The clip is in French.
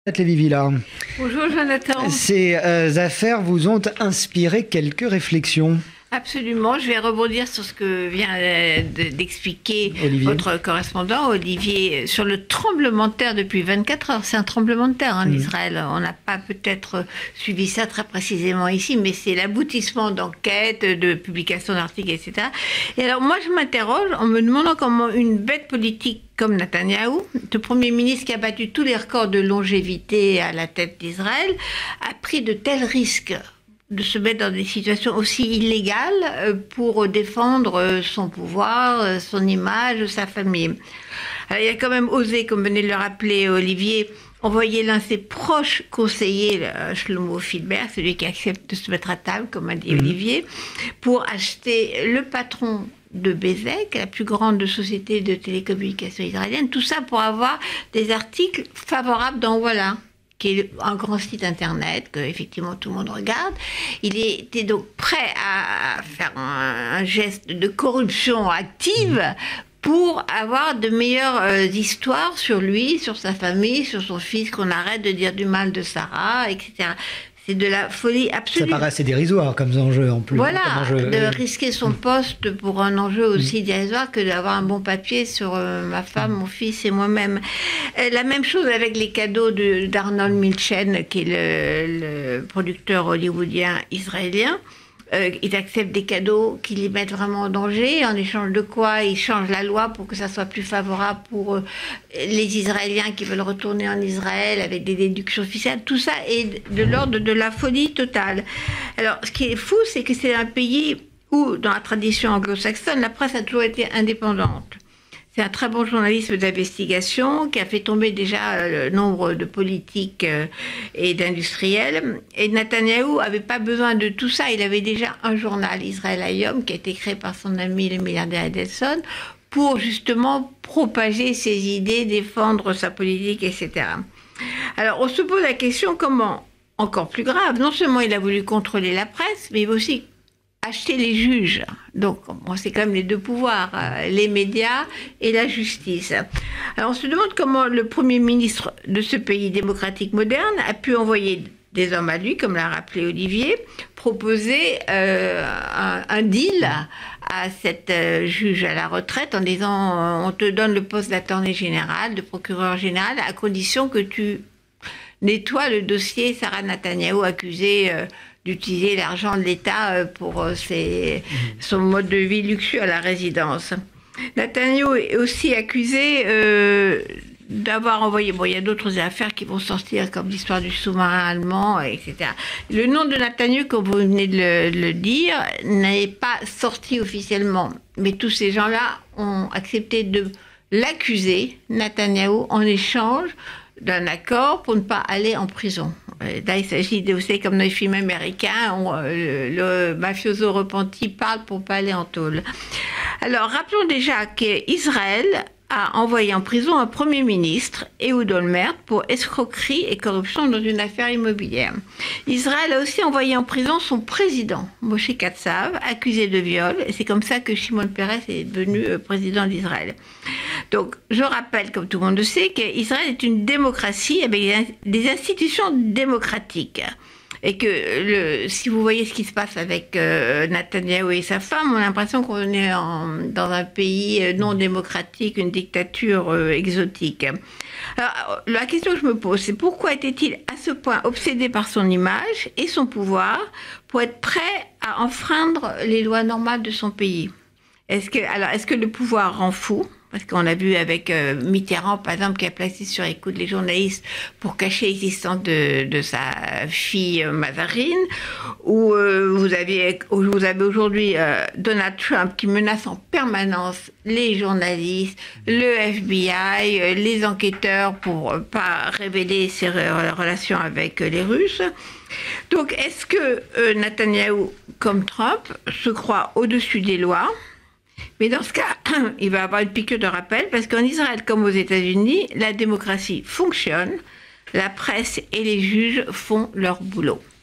Lévy-Villa. Bonjour Jonathan. Ces affaires vous ont inspiré quelques réflexions. Absolument, je vais rebondir sur ce que vient d'expliquer votre correspondant Olivier sur le tremblement de terre depuis 24 heures. C'est un tremblement de terre en Israël. On n'a pas peut-être suivi ça très précisément ici, mais c'est l'aboutissement d'enquêtes, de publications d'articles, etc. Et alors moi je m'interroge en me demandant comment une bête politique comme Netanyahou, le Premier ministre qui a battu tous les records de longévité à la tête d'Israël, a pris de tels risques de se mettre dans des situations aussi illégales pour défendre son pouvoir, son image, sa famille. Alors, il a quand même osé, comme venait de le rappeler Olivier, envoyer l'un de ses proches conseillers, Shlomo Filbert, celui qui accepte de se mettre à table, comme a dit Olivier, pour acheter le patron de Bezek, la plus grande société de télécommunications israélienne, tout ça pour avoir des articles favorables dans Voilà, qui est un grand site internet que effectivement tout le monde regarde. Il était donc prêt à faire un geste de corruption active pour avoir de meilleures histoires sur lui, sur sa famille, sur son fils, qu'on arrête de dire du mal de Sarah, etc. C'est de la folie absolue. Ça paraît assez dérisoire comme enjeu en plus. Voilà, de risquer son poste pour un enjeu aussi dérisoire que d'avoir un bon papier sur ma femme, mon fils et moi-même. La même chose avec les cadeaux d'Arnold Milchen, qui est le producteur hollywoodien israélien. Ils acceptent des cadeaux qui les mettent vraiment en danger, en échange de quoi ils changent la loi pour que ça soit plus favorable pour les Israéliens qui veulent retourner en Israël avec des déductions fiscales. Tout ça est de l'ordre de la folie totale. Alors, ce qui est fou, c'est que c'est un pays où, dans la tradition anglo-saxonne, la presse a toujours été indépendante. C'est un très bon journalisme d'investigation qui a fait tomber déjà le nombre de politiques et d'industriels. Et Netanyahou n'avait pas besoin de tout ça. Il avait déjà un journal, Israël Hayom, qui a été créé par son ami le milliardaire Edelson, pour justement propager ses idées, défendre sa politique, etc. Alors on se pose la question comment, encore plus grave, non seulement il a voulu contrôler la presse, mais il veut aussi acheter les juges. Donc, c'est quand même les deux pouvoirs, les médias et la justice. Alors, on se demande comment le Premier ministre de ce pays démocratique moderne a pu envoyer des hommes à lui, comme l'a rappelé Olivier, proposer un deal à cette juge à la retraite en disant on te donne le poste d'attorney général, de procureur général, à condition que tu nettoies le dossier Sarah Netanyahou accusée d'utiliser l'argent de l'État pour son mode de vie luxueux à la résidence. Netanyahou est aussi accusé d'avoir envoyé... Bon, il y a d'autres affaires qui vont sortir, comme l'histoire du sous-marin allemand, etc. Le nom de Netanyahou, comme vous venez de le dire, n'est pas sorti officiellement. Mais tous ces gens-là ont accepté de l'accuser, Netanyahou, en échange d'un accord pour ne pas aller en prison. Là, il s'agit de, vous savez, comme dans les films américains, le mafioso repenti parle pour ne pas aller en tôle. Alors, rappelons déjà qu'Israël a envoyé en prison un Premier ministre, Ehud Olmert, pour escroquerie et corruption dans une affaire immobilière. Israël a aussi envoyé en prison son président, Moshe Katsav, accusé de viol, et c'est comme ça que Shimon Peres est devenu président d'Israël. Donc, je rappelle, comme tout le monde le sait, qu'Israël est une démocratie avec des institutions démocratiques. Et que si vous voyez ce qui se passe avec Netanyahou et sa femme, on a l'impression qu'on est dans un pays non démocratique, une dictature exotique. Alors, la question que je me pose, c'est pourquoi était-il à ce point obsédé par son image et son pouvoir pour être prêt à enfreindre les lois normales de son pays? Est-ce que le pouvoir rend fou? Parce qu'on a vu avec Mitterrand, par exemple, qui a placé sur écoute les journalistes pour cacher l'existence de sa fille Mazarine. Ou vous avez aujourd'hui Donald Trump qui menace en permanence les journalistes, le FBI, les enquêteurs pour pas révéler ses relations avec les Russes. Donc, est-ce que Netanyahou, comme Trump, se croit au-dessus des lois? Mais dans ce cas, il va avoir une piqûre de rappel parce qu'en Israël comme aux États-Unis, la démocratie fonctionne, la presse et les juges font leur boulot.